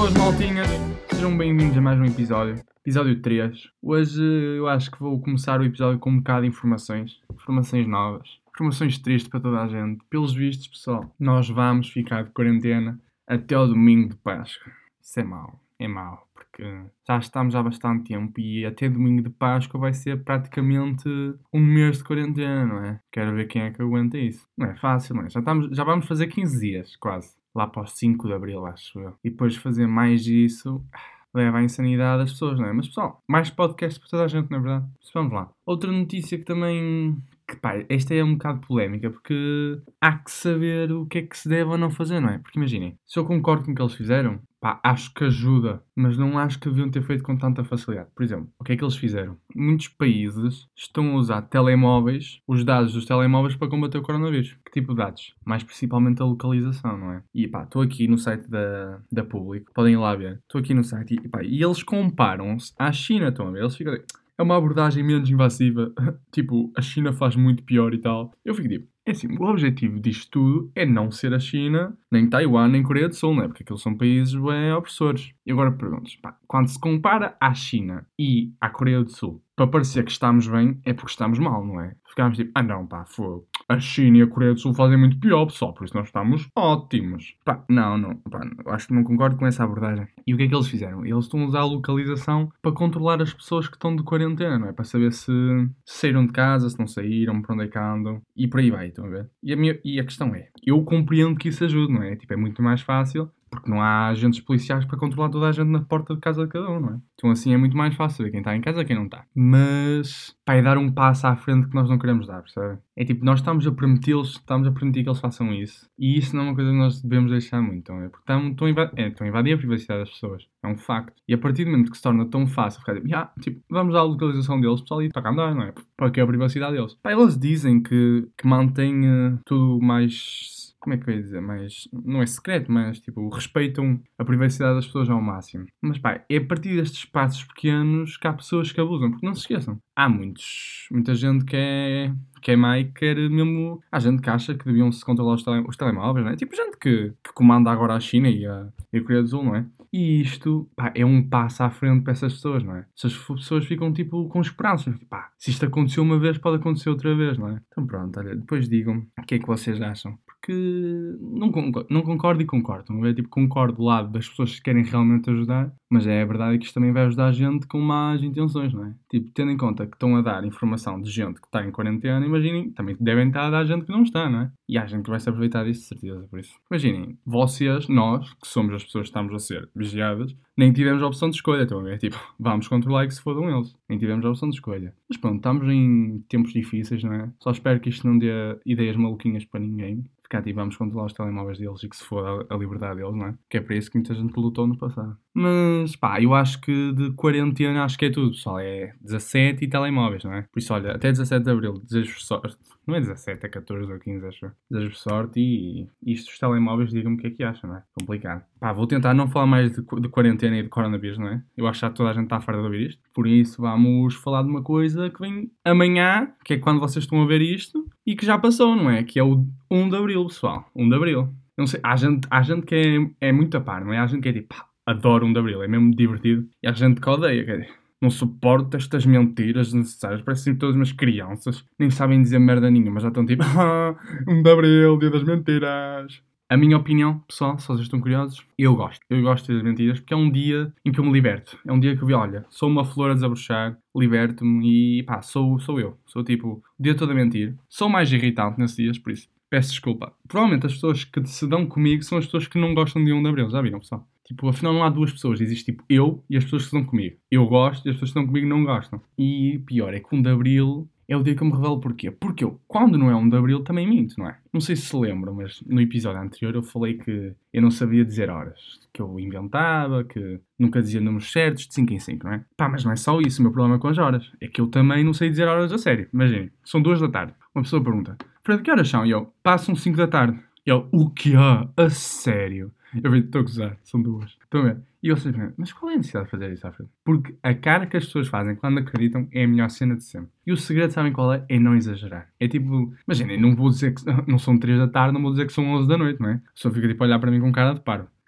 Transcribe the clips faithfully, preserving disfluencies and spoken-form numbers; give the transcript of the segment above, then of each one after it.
Boas maltinhas, sejam bem-vindos a mais um episódio, episódio três. Hoje eu acho que vou começar o episódio com um bocado de informações, informações novas, informações tristes para toda a gente. Pelos vistos, pessoal, nós vamos ficar de quarentena até ao domingo de Páscoa. Isso é mau, é mau, porque já estamos há bastante tempo e até domingo de Páscoa vai ser praticamente um mês de quarentena, não é? Quero ver quem é que aguenta isso. Não é fácil, não é? Já, estamos, já vamos fazer quinze dias, quase. Lá para os cinco de Abril, acho eu. E depois fazer mais isso leva à insanidade das pessoas, não é? Mas, pessoal, mais podcast para toda a gente, não é verdade? Mas vamos lá. Outra notícia que também... Que, pá, esta é um bocado polémica, porque há que saber o que é que se deve ou não fazer, não é? Porque imaginem, se eu concordo com o que eles fizeram, pá, acho que ajuda, mas não acho que deviam ter feito com tanta facilidade. Por exemplo, o que é que eles fizeram? Muitos países estão a usar telemóveis, os dados dos telemóveis para combater o coronavírus. Que tipo de dados? Mais principalmente a localização, não é? E pá, estou aqui no site da, da Público, podem ir lá ver. Estou aqui no site e, pá, e eles comparam-se à China, estão a ver? Eles ficam assim, é uma abordagem menos invasiva, tipo, a China faz muito pior e tal. Eu fico tipo, é assim, o objetivo disto tudo é não ser a China, nem Taiwan, nem Coreia do Sul, não é? Porque aqueles são países bem opressores. E agora perguntas, pá, quando se compara à China e à Coreia do Sul, para parecer que estamos bem, é porque estamos mal, não é? Ficámos tipo, ah não, pá, fogo. A China e a Coreia do Sul fazem muito pior, pessoal, por isso nós estamos ótimos. Pá, não, não, pá, eu acho que não concordo com essa abordagem. E o que é que eles fizeram? Eles estão a usar a localização para controlar as pessoas que estão de quarentena, não é? Para saber se, se saíram de casa, se não saíram, para onde é que andam, e por aí vai, estão a ver? E a, minha, e a questão é, eu compreendo que isso ajude, não é? Tipo, é muito mais fácil, porque não há agentes policiais para controlar toda a gente na porta de casa de cada um, não é? Então assim é muito mais fácil ver quem está em casa e quem não está. Mas, pá, é dar um passo à frente que nós não queremos dar, percebe? É tipo, nós estamos a permiti-los, estamos a permitir que eles façam isso. E isso não é uma coisa que nós devemos deixar muito, não é? Porque estão, estão, a invadir, é, estão a invadir a privacidade das pessoas. É um facto. E a partir do momento que se torna tão fácil, ficar tipo, yeah, tipo, vamos à localização deles, pessoal, e toca a andar, não é? Para que é a privacidade deles? Pá, eles dizem que, que mantém uh, tudo mais... Como é que eu ia dizer? Mas não é secreto, mas tipo, respeitam a privacidade das pessoas ao máximo. Mas pá, é a partir destes passos pequenos que há pessoas que abusam, porque não se esqueçam. Há muitos, muita gente que é, que é má e que quer mesmo... Há gente que acha que deviam se controlar os, tele, os telemóveis, não é? Tipo gente que, que comanda agora a China e a, e a Coreia do Sul, não é? E isto, pá, é um passo à frente para essas pessoas, não é? Essas pessoas ficam, tipo, com esperança. Pá, se isto aconteceu uma vez, pode acontecer outra vez, não é? Então pronto, olha, depois digam-me o que é que vocês acham. Porque não concordo, não concordo e concordo. Não é? Tipo, concordo do lado das pessoas que querem realmente ajudar, mas é a verdade que isto também vai ajudar a gente com más intenções, não é? Tipo, tendo em conta que estão a dar informação de gente que está em quarentena, imaginem, também devem estar a dar gente que não está, não é? E há gente que vai se aproveitar disso, de certeza, por isso. Imaginem, vocês, nós, que somos as pessoas que estamos a ser vigiadas, nem tivemos a opção de escolha, então é tipo, vamos controlar e que se fodam eles. Nem tivemos a opção de escolha. Mas pronto, estamos em tempos difíceis, não é? Só espero que isto não dê ideias maluquinhas para ninguém. Ficar tipo, vamos controlar os telemóveis deles e que se foda a liberdade deles, não é? Que é para isso que muita gente lutou no passado. Mas, pá, eu acho que de quarentena acho que é tudo, pessoal. É dezassete e telemóveis, não é? Por isso, olha, até dezassete de Abril, desejo-vos sorte. Não é dezassete, é catorze ou quinze, acho eu. Desejo-vos sorte e isto dos telemóveis, digam-me o que é que acham, não é? Complicado. Pá, vou tentar não falar mais de, de quarentena e de coronavírus, não é? Eu acho que já toda a gente está farta de ouvir isto. Por isso, vamos falar de uma coisa que vem amanhã, que é quando vocês estão a ver isto, e que já passou, não é? Que é o um de Abril, pessoal. um de Abril. Não sei, há gente, há gente que é, é muito a par, não é? Há gente que é tipo, pá, adoro um de Abril, é mesmo divertido. E há gente que odeia, quer dizer, não suporta estas mentiras necessárias. Parecem todas umas crianças, nem sabem dizer merda nenhuma, mas já estão tipo, ah, um de Abril, dia das mentiras. A minha opinião, pessoal, se vocês estão curiosos, eu gosto. Eu gosto das mentiras porque é um dia em que eu me liberto. É um dia que eu vi, olha, sou uma flor a desabrochar, liberto-me e pá, sou, sou eu. Sou tipo, o dia todo a mentir. Sou mais irritante nesses dias, por isso peço desculpa. Provavelmente as pessoas que se dão comigo são as pessoas que não gostam de um de Abril, já viram, pessoal? Tipo, afinal não há duas pessoas, existe tipo eu e as pessoas que se dão comigo. Eu gosto e as pessoas que estão comigo não gostam. E pior, é que um de Abril é o dia que eu me revelo porquê. Porque eu, quando não é um de Abril, também minto, não é? Não sei se se lembram, mas no episódio anterior eu falei que eu não sabia dizer horas. Que eu inventava, que nunca dizia números certos, de cinco em cinco, não é? Pá, mas não é só isso, o meu problema com as horas. É que eu também não sei dizer horas a sério. Imaginem, são duas da tarde. Uma pessoa pergunta, Fred, que horas são? E eu, passam cinco da tarde. E ele, o que há? A sério? Eu vi, estou a gozar, são duas. Estão a ver? E vocês pensam, mas qual é a necessidade de fazer isso à frente? Porque a cara que as pessoas fazem quando acreditam é a melhor cena de sempre. E o segredo, sabem qual é? É não exagerar. É tipo, imaginem, não vou dizer que não são três da tarde, não vou dizer que são onze da noite, não é? A pessoa fica tipo a olhar para mim com cara de paro.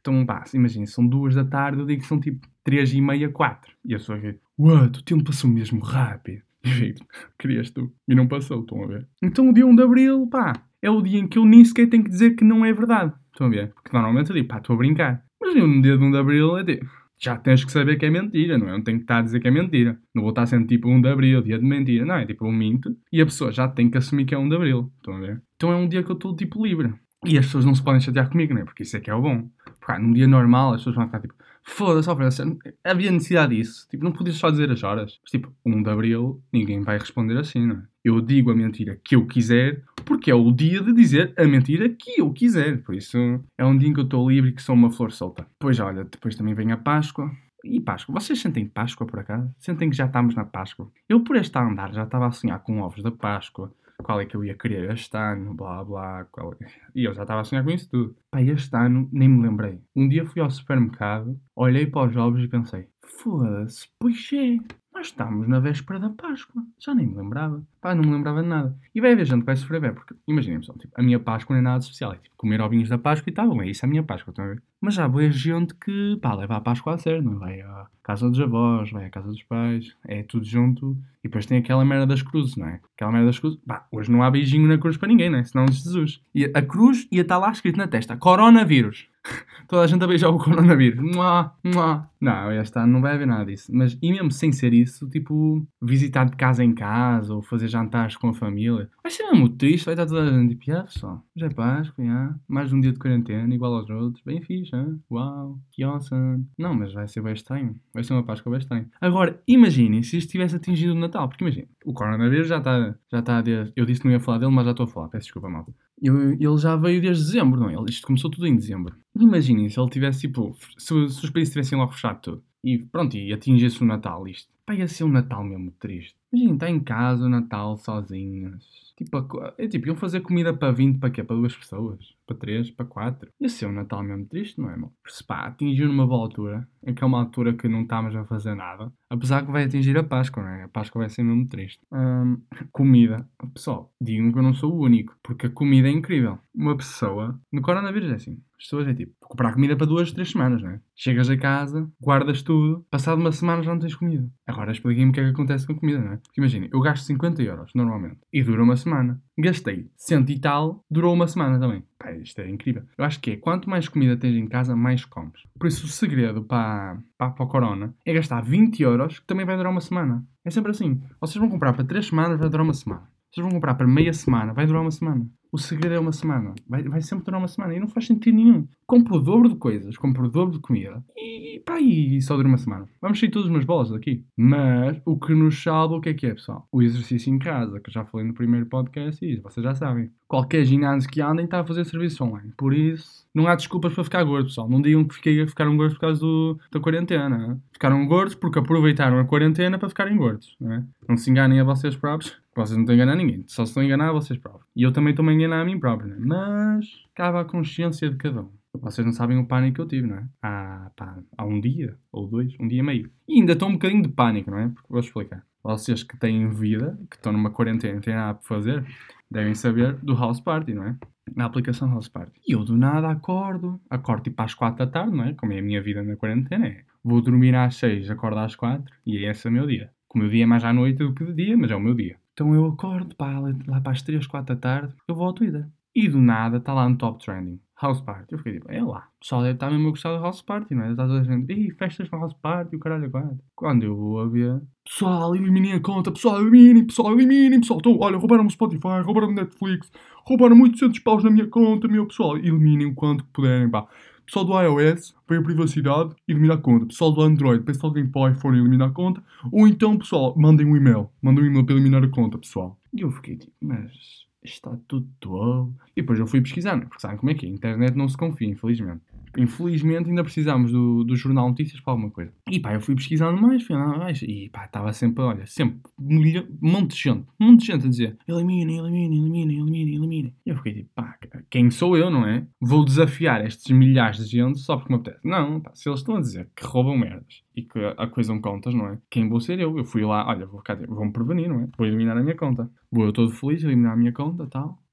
Então, pá, imagina, são duas da tarde, eu digo que são tipo três e meia, quatro. E a pessoa aqui, what, o tempo passou mesmo rápido. E eu digo, querias tu. E não passou, estão a ver? Então o dia um de Abril, pá, é o dia em que eu nem sequer tenho que dizer que não é verdade. Estão a ver? Porque normalmente eu digo, pá, estou a brincar. Mas no dia de um de Abril é tipo, já tens que saber que é mentira, não é? Não tenho que estar a dizer que é mentira. Não vou estar sendo tipo um de Abril, dia de mentira. Não, é tipo um minto. E a pessoa já tem que assumir que é um de Abril. Estão a ver? Então é um dia que eu estou tipo livre. E as pessoas não se podem chatear comigo, não é? Porque isso é que é o bom. Porque ah, num dia normal as pessoas vão ficar tipo, foda-se, Alfredo, havia necessidade disso. Tipo, não podias só dizer as horas. Mas tipo, um de Abril, ninguém vai responder assim, não é? Eu digo a mentira que eu quiser, porque é o dia de dizer a mentira que eu quiser. Por isso, é um dia em que eu estou livre e que sou uma flor solta. Pois olha, depois também vem a Páscoa. E Páscoa? Vocês sentem Páscoa por acaso? Sentem que já estamos na Páscoa? Eu por este andar já estava a sonhar com ovos da Páscoa. Qual é que eu ia querer este ano, blá blá. Qual é... E eu já estava a sonhar com isso tudo. Pá, este ano nem me lembrei. Um dia fui ao supermercado, olhei para os ovos e pensei, foda-se, pois é. Nós estamos na véspera da Páscoa. Já nem me lembrava. Pá, não me lembrava de nada. E vai haver gente que vai sofrer bem, porque, imaginem pessoal, tipo, a minha Páscoa não é nada de especial. É tipo, comer ovinhos da Páscoa e tá bom, é isso a minha Páscoa, estão a ver? Mas já há boa gente que, pá, leva a Páscoa a sério, não é? Vai à casa dos avós, vai à casa dos pais, é tudo junto. E depois tem aquela merda das cruzes, não é? Aquela merda das cruzes. Pá, hoje não há beijinho na cruz para ninguém, não é? Senão de Jesus. E a cruz ia estar lá escrito na testa, coronavírus. Toda a gente a beijar o coronavírus. Mua, mua. Não, este ano não vai haver nada disso. Mas, e mesmo sem ser isso, tipo, visitar de casa em casa ou fazer jantares com a família, vai ser mesmo triste, vai estar toda a gente tipo, ah, pessoal, já é Páscoa, já. Mais um dia de quarentena, igual aos outros. Bem fixe, hein? Uau, que awesome. Não, mas vai ser bem estranho. Vai ser uma Páscoa bem estranha. Agora, imaginem se isto tivesse atingido o Natal. Porque imaginem, o coronavírus já está, já está desde... Eu disse que não ia falar dele, mas já estou a falar. Peço desculpa, malta. Eu, ele já veio desde dezembro, não é? Isto começou tudo em dezembro. Imaginem se ele tivesse, tipo, se, se os países tivessem logo fechado tudo. E pronto, e atingisse o Natal, isto. Pá, ia ser um Natal mesmo triste. Imaginem, está em casa o Natal sozinhos. Tipo, a, é tipo, iam fazer comida para vinte, para quê? Para duas pessoas? Para três? Para quatro? Ia ser um Natal mesmo triste, não é, irmão? Se pá, atingiu numa boa altura, em que é uma altura que não estamos a fazer nada. Apesar que vai atingir a Páscoa, não é? A Páscoa vai ser mesmo triste. Hum, comida. Pessoal, digam que eu não sou o único, porque a comida é incrível. Uma pessoa, no coronavírus é assim, as pessoas é tipo, comprar comida para duas, três semanas, não é? Chegas a casa, guardas tudo, passado uma semana já não tens comida. Agora expliquem-me o que é que acontece com a comida, não é? Porque imagina, eu gasto cinquenta euros normalmente e dura uma semana. Gastei cento e tal, durou uma semana também. Pá, isto é incrível. Eu acho que é, quanto mais comida tens em casa, mais comes. Por isso o segredo para, para, para o corona é gastar vinte euros, que também vai durar uma semana. É sempre assim. Vocês vão comprar para três semanas, vai durar uma semana. Vocês vão comprar para meia semana, vai durar uma semana. O segredo é uma semana. Vai, vai sempre durar uma semana. E não faz sentido nenhum. Compro o dobro de coisas, compro o dobro de comida. E pá, e só dura uma semana. Vamos sair todos umas bolas daqui. Mas o que nos salva, o que é que é, pessoal? O exercício em casa, que eu já falei no primeiro podcast e isso, vocês já sabem. Qualquer ginásio que andem está a fazer serviço online. Por isso, não há desculpas para ficar gordo, pessoal. Não digam que fiquei, ficaram gordos por causa do, da quarentena. Né? Ficaram gordos porque aproveitaram a quarentena para ficarem gordos. Né? Não se enganem a vocês próprios. Vocês não estão a enganar ninguém. Só se estão a enganar a vocês próprios. E eu também estou a enganar a mim próprio. Né? Mas cabe à consciência de cada um. Vocês não sabem o pânico que eu tive, não é? Há, pá, há um dia, ou dois, um dia e meio. E ainda estou um bocadinho de pânico, não é? Porque vou explicar. Vocês que têm vida, que estão numa quarentena e não têm nada para fazer, devem saber do House Party, não é? Na aplicação House Party. E eu do nada acordo. Acordo tipo às quatro da tarde, não é? Como é a minha vida na quarentena. É. Vou dormir às seis, acordo às quatro e é esse o meu dia. O meu dia é mais à noite do que de dia, mas é o meu dia. Então eu acordo, pá, lá para as três, quatro da tarde, eu vou ao Twitter. E do nada está lá no top trending. House Party. Eu fiquei tipo, é lá. O pessoal deve estar mesmo a gostar do House Party, não é? Está toda a gente, ih, festas no House Party, o caralho, quatro. Quando eu vou a ver, pessoal, eliminem a conta, pessoal, eliminem, pessoal, eliminem, pessoal. Então, olha, roubaram-me o Spotify, roubaram-me Netflix, roubaram-me oitocentos paus na minha conta, meu pessoal. Eliminem o quanto que puderem, pá. Pessoal do iOS, veio a privacidade, elimina a conta. Pessoal do Android, pensa alguém para o iPhone eliminar a conta. Ou então, pessoal, mandem um e-mail. Mandem um e-mail para eliminar a conta, pessoal. E eu fiquei tipo, mas está tudo tolo. E depois eu fui pesquisar, né? Porque sabem como é que é? A internet não se confia, infelizmente. Infelizmente ainda precisámos do, do Jornal Notícias para alguma coisa. E pá, eu fui pesquisando mais, fui andando mais. E pá, estava sempre, olha, sempre, um monte de gente, um monte de gente a dizer eliminem, eliminem, eliminem, eliminem, eliminem. E eu fiquei tipo, pá, quem sou eu, não é? Vou desafiar estes milhares de gente só porque me apetece. Não, pá, se eles estão a dizer que roubam merdas e que a coisa não contas, não é? Quem vou ser eu? Eu fui lá, olha, vou ficar, vou-me prevenir, não é? Vou eliminar a minha conta. Vou eu todo feliz eliminar a minha conta, tal.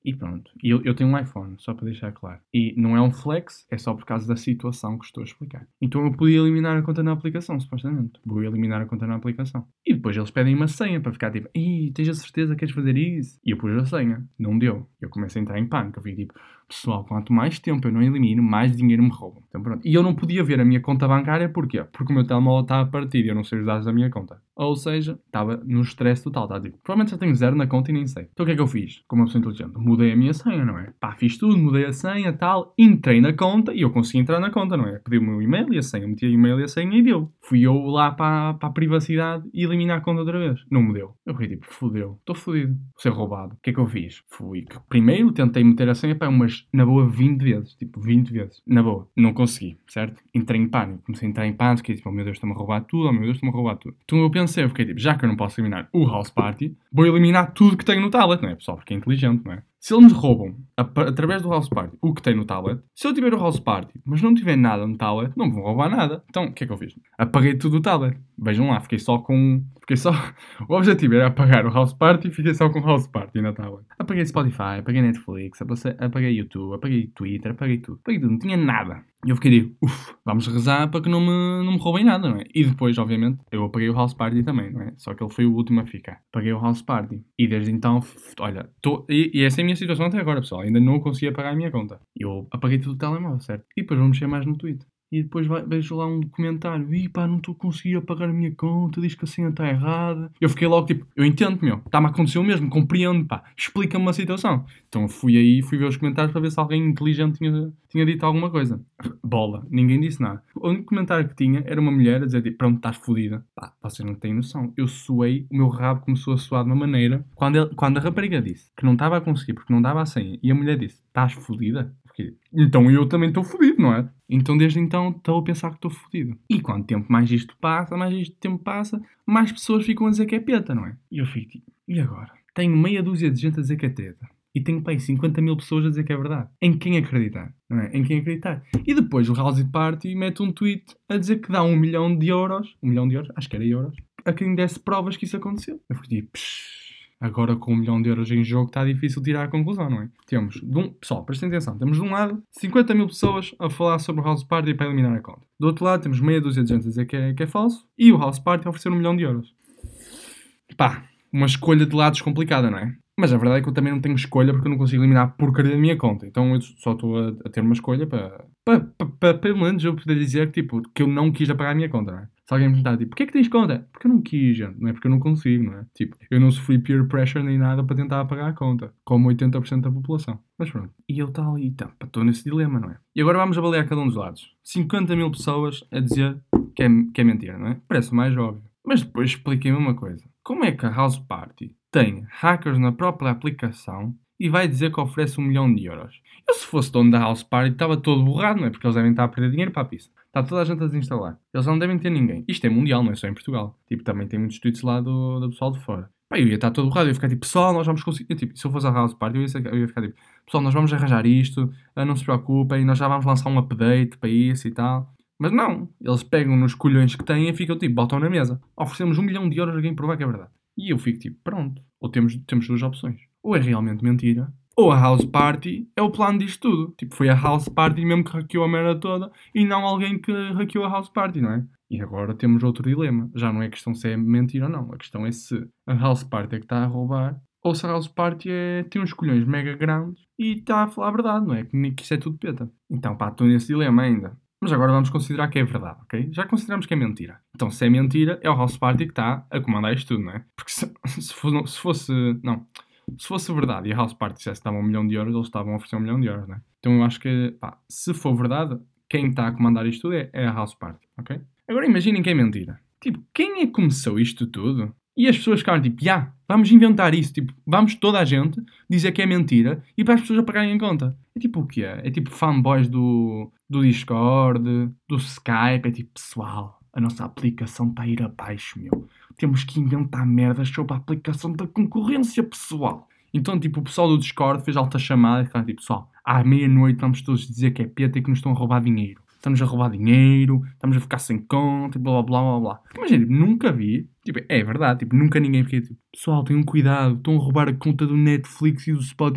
E pronto. E eu, eu tenho um iPhone, só para deixar claro. E não é um flex, é só por causa da situação que estou a explicar. Então eu podia eliminar a conta na aplicação, supostamente. Vou eliminar a conta na aplicação. E depois eles pedem uma senha para ficar tipo, ih, tens a certeza que queres fazer isso? E eu pus a senha. Não deu. Eu comecei a entrar em pânico. Eu fiquei tipo, pessoal, quanto mais tempo eu não elimino, mais dinheiro me roubam. Então pronto. E eu não podia ver a minha conta bancária, porquê? Porque o meu telemóvel estava partido e eu não sei os dados da minha conta. Ou seja, estava no stress total. Estava tipo, provavelmente já tenho zero na conta e nem sei. Então o que é que eu fiz? Como uma pessoa inteligente, mudei a minha senha, não é? Pá, fiz tudo, mudei a senha, tal, entrei na conta e eu consegui entrar na conta, não é? Pedi o meu e-mail e a senha, meti o e-mail e a senha e deu. Fui eu lá para, para a privacidade e eliminar a conta outra vez. Não me deu. Eu fiquei tipo, fodeu, estou fodido, vou ser roubado. O que é que eu fiz? Fui, primeiro tentei meter a senha para umas, na boa, vinte vezes. Tipo, vinte vezes. Na boa. Não consegui, certo? Entrei em pânico. Comecei a entrar em pânico, fiquei tipo, oh meu Deus, estou-me a roubar tudo, oh meu Deus, estou-me a roubar tudo. Então eu pensei, eu fiquei tipo, já que eu não posso eliminar o House Party, vou eliminar tudo que tenho no tablet, não é pessoal? Porque é inteligente, não é? Se eles me roubam, através do House Party, o que tem no tablet, se eu tiver o House Party, mas não tiver nada no tablet, não me vão roubar nada. Então, o que é que eu fiz? Apaguei tudo do tablet. Vejam lá, fiquei só com... Fiquei só... O objetivo era apagar o House Party e fiquei só com o House Party na tablet. Apaguei Spotify, apaguei Netflix, apaguei YouTube, apaguei Twitter, apaguei tudo. Apaguei tudo, não tinha nada. E eu fiquei tipo, uff, vamos rezar para que não me, não me roubem nada, não é? E depois, obviamente, eu apaguei o House Party também, não é? Só que ele foi o último a ficar. Apaguei o House Party. E desde então, olha, tô, e, e essa é a minha situação até agora, pessoal. Ainda não consegui apagar a minha conta. Eu apaguei tudo do telemóvel, certo? E depois vou mexer mais no Twitter. E depois vai, vejo lá um comentário. Ih pá, não estou a conseguir apagar a minha conta. Diz que a senha está errada. Eu fiquei logo tipo, eu entendo, meu. Está-me a acontecer o mesmo. Compreendo, pá. Explica-me uma situação. Então fui aí, fui ver os comentários para ver se alguém inteligente tinha, tinha dito alguma coisa. Bola. Ninguém disse nada. O único comentário que tinha era uma mulher a dizer tipo, pronto, estás fodida. Pá, vocês não têm noção. Eu suei, o meu rabo começou a suar de uma maneira. Quando, ele, quando a rapariga disse que não estava a conseguir porque não dava a senha e a mulher disse, estás fodida? Então eu também estou fodido, não é? Então desde então estou a pensar que estou fodido. E quanto tempo mais isto passa, mais isto tempo passa, mais pessoas ficam a dizer que é peta, não é? E eu fico tipo, e agora? Tenho meia dúzia de gente a dizer que é teta. E tenho, pai, cinquenta mil pessoas a dizer que é verdade. Em quem acreditar, não é? Em quem acreditar. E depois o House Party mete um tweet a dizer que dá um milhão de euros, um milhão de euros, acho que era euros, a quem desse provas que isso aconteceu. Eu fico tipo, psh. Agora com um milhão de euros em jogo está difícil tirar a conclusão, não é? Temos, de um, pessoal, prestem atenção, temos de um lado cinquenta mil pessoas a falar sobre o House Party para eliminar a conta. Do outro lado temos meia dúzia de gente a dizer que é, que é falso e o House Party a oferecer um milhão de euros. Pá, uma escolha de lados complicada, não é? Mas a verdade é que eu também não tenho escolha porque eu não consigo eliminar a porcaria da minha conta. Então eu só estou a, a ter uma escolha para, para, para, para pelo menos eu poder dizer que, tipo, que eu não quis apagar a minha conta, não é? Se alguém me perguntar, tipo, porquê é que tens conta? Porque eu não quis, gente. Não é porque eu não consigo, não é? Tipo, eu não sofri peer pressure nem nada para tentar apagar a conta. Como oitenta por cento da população. Mas pronto. E eu tal e tal. Estou nesse dilema, não é? E agora vamos avaliar cada um dos lados. cinquenta mil pessoas a dizer que é, que é mentira, não é? Parece mais óbvio. Mas depois expliquem-me uma coisa. Como é que a House Party tem hackers na própria aplicação e vai dizer que oferece um milhão de euros? Eu, se fosse dono da House Party, estava todo borrado, não é? Porque eles devem estar a perder dinheiro para a pista. Está toda a gente a desinstalar. Eles não devem ter ninguém. Isto é mundial, não é só em Portugal. Tipo, também tem muitos tweets lá do, do pessoal de fora. Pá, eu ia estar todo borrado. Eu ia ficar tipo, pessoal, nós vamos conseguir... Eu, tipo, se eu fosse a House Party, eu ia, eu ia ficar tipo, pessoal, nós vamos arranjar isto, não se preocupem, nós já vamos lançar um update para isso e tal. Mas não. Eles pegam nos colhões que têm e ficam tipo, botam na mesa. Oferecemos um milhão de euros a quem provar que é verdade. E eu fico tipo, pronto. Ou temos, temos duas opções. Ou é realmente mentira, ou a House Party é o plano disto tudo. Tipo, foi a House Party mesmo que hackeou a merda toda e não alguém que hackeou a House Party, não é? E agora temos outro dilema. Já não é questão se é mentira ou não. A questão é se a House Party é que está a roubar ou se a House Party é, tem uns colhões mega grandes e está a falar a verdade, não é? Que, que isso é tudo peta. Então, pá, estou nesse dilema ainda. Mas agora vamos considerar que é verdade, ok? Já consideramos que é mentira. Então, se é mentira, é o House Party que está a comandar isto tudo, não é? Porque se, se, fosse, se fosse... Não. Se fosse verdade e a House Party dissesse que dava um milhão de euros, eles estavam a oferecer um milhão de euros, não é? Então eu acho que, pá, se for verdade, quem está a comandar isto tudo é, é a House Party, ok? Agora imaginem que é mentira. Tipo, quem é que começou isto tudo? E as pessoas ficaram tipo, já, yeah, vamos inventar isso. Tipo, vamos toda a gente dizer que é mentira e para as pessoas apagarem em conta. É tipo o que é? É tipo fanboys do, do Discord, do Skype. É tipo, pessoal, a nossa aplicação está a ir abaixo, meu. Temos que inventar merdas sobre a aplicação da concorrência, pessoal. Então, tipo, o pessoal do Discord fez alta chamada e ficaram tipo, pessoal, à meia-noite vamos todos dizer que é peta e que nos estão a roubar dinheiro. Estamos a roubar dinheiro, estamos a ficar sem conta, blá blá blá blá. Imagina, tipo, nunca vi, tipo, é verdade, tipo, nunca ninguém fiquei tipo, pessoal, tenham cuidado, estão a roubar a conta do Netflix e do Spotify.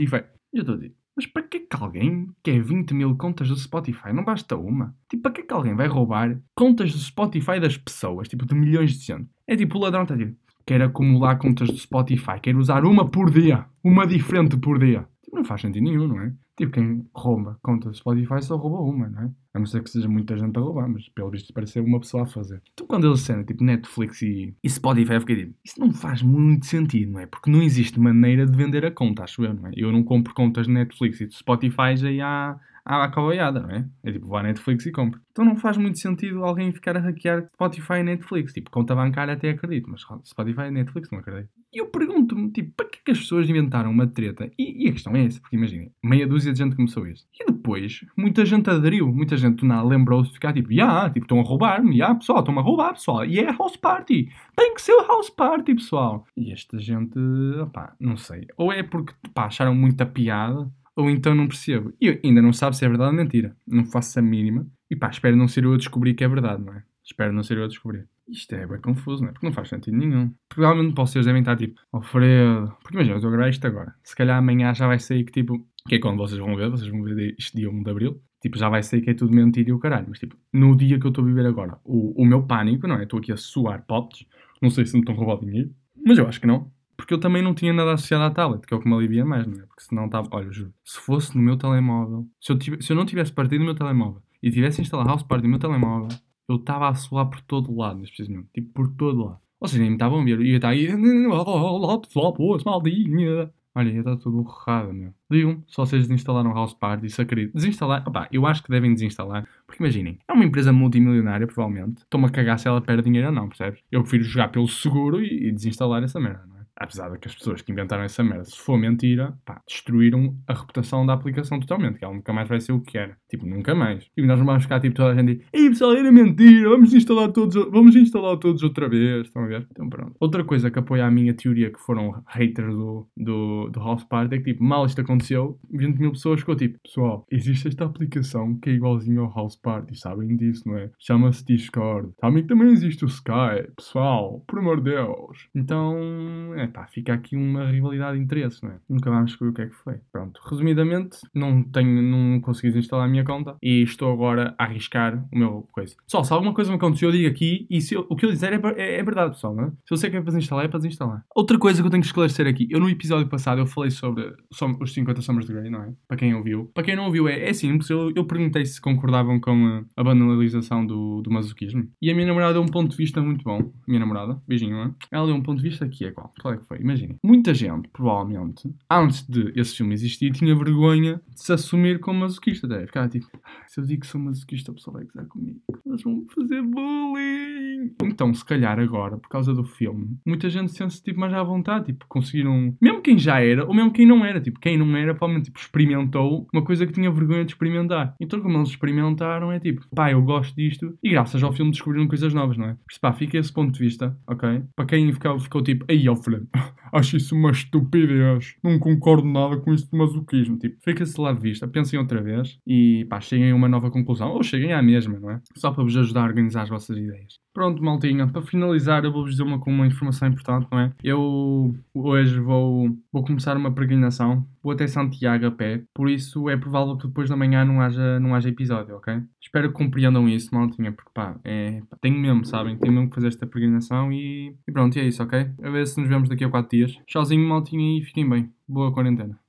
E eu estou a dizer, mas para que é que alguém quer vinte mil contas do Spotify? Não basta uma. Tipo, para que é que alguém vai roubar contas do Spotify das pessoas? Tipo, de milhões de gente. É tipo, o ladrão está tipo, quer acumular contas do Spotify, quer usar uma por dia. Uma diferente por dia. Tipo, não faz sentido nenhum, não é? Tipo, quem rouba contas do Spotify só rouba uma, não é? A não ser que seja muita gente a roubar, mas pelo visto parece ser uma pessoa a fazer. Então quando eles disseram, tipo, Netflix e, e Spotify, eu fiquei tipo, isso não faz muito sentido, não é? Porque não existe maneira de vender a conta, acho eu, não é? Eu não compro contas de Netflix e de Spotify já há, há a cavaiada, não é? É tipo, vou à Netflix e compro. Então não faz muito sentido alguém ficar a hackear Spotify e Netflix. Tipo, conta bancária até acredito, mas Spotify e Netflix não acredito. E eu pergunto-me, tipo, para que é que as pessoas inventaram uma treta? E, e a questão é essa, porque imaginem, meia dúzia de gente começou isto. E depois, muita gente aderiu, muita gente do nada lembrou-se de ficar tipo, ya, yeah, tipo, estão a roubar-me, ya, yeah, pessoal, estão a roubar, pessoal. E é house party. Tem que ser o house party, pessoal. E esta gente, opá, não sei. Ou é porque, pá, acharam muita piada, ou então não percebo. E ainda não sabe se é verdade ou mentira. Não faço a mínima. E pá, espero não ser eu a descobrir que é verdade, não é? Espero não ser eu a descobrir. Isto é bem confuso, não é? Porque não faz sentido nenhum. Provavelmente vocês devem estar tipo, Alfredo. Porque imagina, eu estou a gravar isto agora. Se calhar amanhã já vai sair que tipo. Que é quando vocês vão ver, vocês vão ver isto dia um de Abril. Tipo, já vai sair que é tudo mentira e o caralho. Mas tipo, no dia que eu estou a viver agora, o, o meu pânico, não é? Estou aqui a suar potes. Não sei se me estão a roubar dinheiro. Mas eu acho que não. Porque eu também não tinha nada associado à tablet, que é o que me alivia mais, não é? Porque senão estava. Olha, eu juro. Se fosse no meu telemóvel. Se eu, tive, se eu não tivesse partido do meu telemóvel e tivesse instalado House Party no meu telemóvel. Eu estava a suar por todo lado, neste preciso momento. Tipo, por todo lado. Ou seja, nem me estavam a ver. Eu ia estar aí. Olá, pessoal, pois, maldinha. Olha, ia estar tudo errado, meu. Digam-me se vocês desinstalaram House Party, se acredito. Desinstalar, opá, eu acho que devem desinstalar. Porque imaginem, é uma empresa multimilionária, provavelmente. Estou-me a cagar se ela perde dinheiro ou não, percebes? Eu prefiro jogar pelo seguro e, e desinstalar essa merda, não é? Apesar de que as pessoas que inventaram essa merda, se for mentira, pá, destruíram a reputação da aplicação totalmente, que ela nunca mais vai ser o que era. Tipo, nunca mais. E nós não vamos ficar, tipo, toda a gente ei, pessoal, era mentira, vamos instalar todos, vamos instalar todos outra vez. Estão a ver? Então pronto. Outra coisa que apoia a minha teoria, que foram haters do, do, do House Party, é que, tipo, mal isto aconteceu, vinte mil pessoas ficou tipo, pessoal, existe esta aplicação que é igualzinho ao House Party, sabem disso, não é? Chama-se Discord. Sabem que também existe o Skype, pessoal, por amor de Deus. Então, é pá, fica aqui uma rivalidade de interesse, não é? Nunca vamos descobrir o que é que foi. Pronto, resumidamente, não tenho, não consegui desinstalar a minha conta e estou agora a arriscar o meu coisa. Pessoal, se alguma coisa me aconteceu, eu digo aqui e se eu, o que eu disser é, é, é verdade, pessoal, não é? Se eu sei que é para desinstalar, é para desinstalar. Outra coisa que eu tenho que esclarecer aqui, eu no episódio passado eu falei sobre, sobre os cinquenta Sombras de Grey, não é? Para quem ouviu. Para quem não ouviu, é, é simples, eu, eu perguntei se concordavam com a, a banalização do, do masoquismo e a minha namorada deu um ponto de vista muito bom. Minha namorada, beijinho, não é? Ela deu um ponto de vista que é qual? Qual é que foi? Imagina. Muita gente, provavelmente, antes de esse filme existir, tinha vergonha de se assumir como masoquista. Até ficava tipo, se eu digo que sou masoquista, a pessoa vai gozar comigo. Eles vão fazer bullying. Então, se calhar agora, por causa do filme, muita gente sente-se tipo, mais à vontade. Tipo, conseguiram... Mesmo quem já era, ou mesmo quem não era. Tipo, quem não era, provavelmente, tipo, experimentou uma coisa que tinha vergonha de experimentar. Então, como eles experimentaram, é tipo, pá, eu gosto disto. E graças ao filme descobriram coisas novas, não é? Por isso, pá, fica esse ponto de vista, ok? Para quem ficou, ficou tipo, ei, Alfredo, acho isso uma estupidez. Não concordo nada com isso de masoquismo. Tipo, fica-se lá de vista, pensem outra vez e pá, cheguem a uma nova conclusão. Ou cheguem à mesma, não é? Só para vos ajudar a organizar as vossas ideias. Pronto, maltinha. Para finalizar, eu vou-vos dizer uma, uma informação importante, não é? Eu hoje vou, vou começar uma peregrinação. Vou até Santiago a pé. Por isso é provável que depois da manhã não haja, não haja episódio, ok? Espero que compreendam isso, maltinha. Porque pá, é, pá tenho mesmo, sabem? Tenho mesmo que fazer esta peregrinação e, e pronto, e é isso, ok? A ver se nos vemos daqui a quatro dias. Tchauzinho, maltinha, e fiquem bem. Boa quarentena.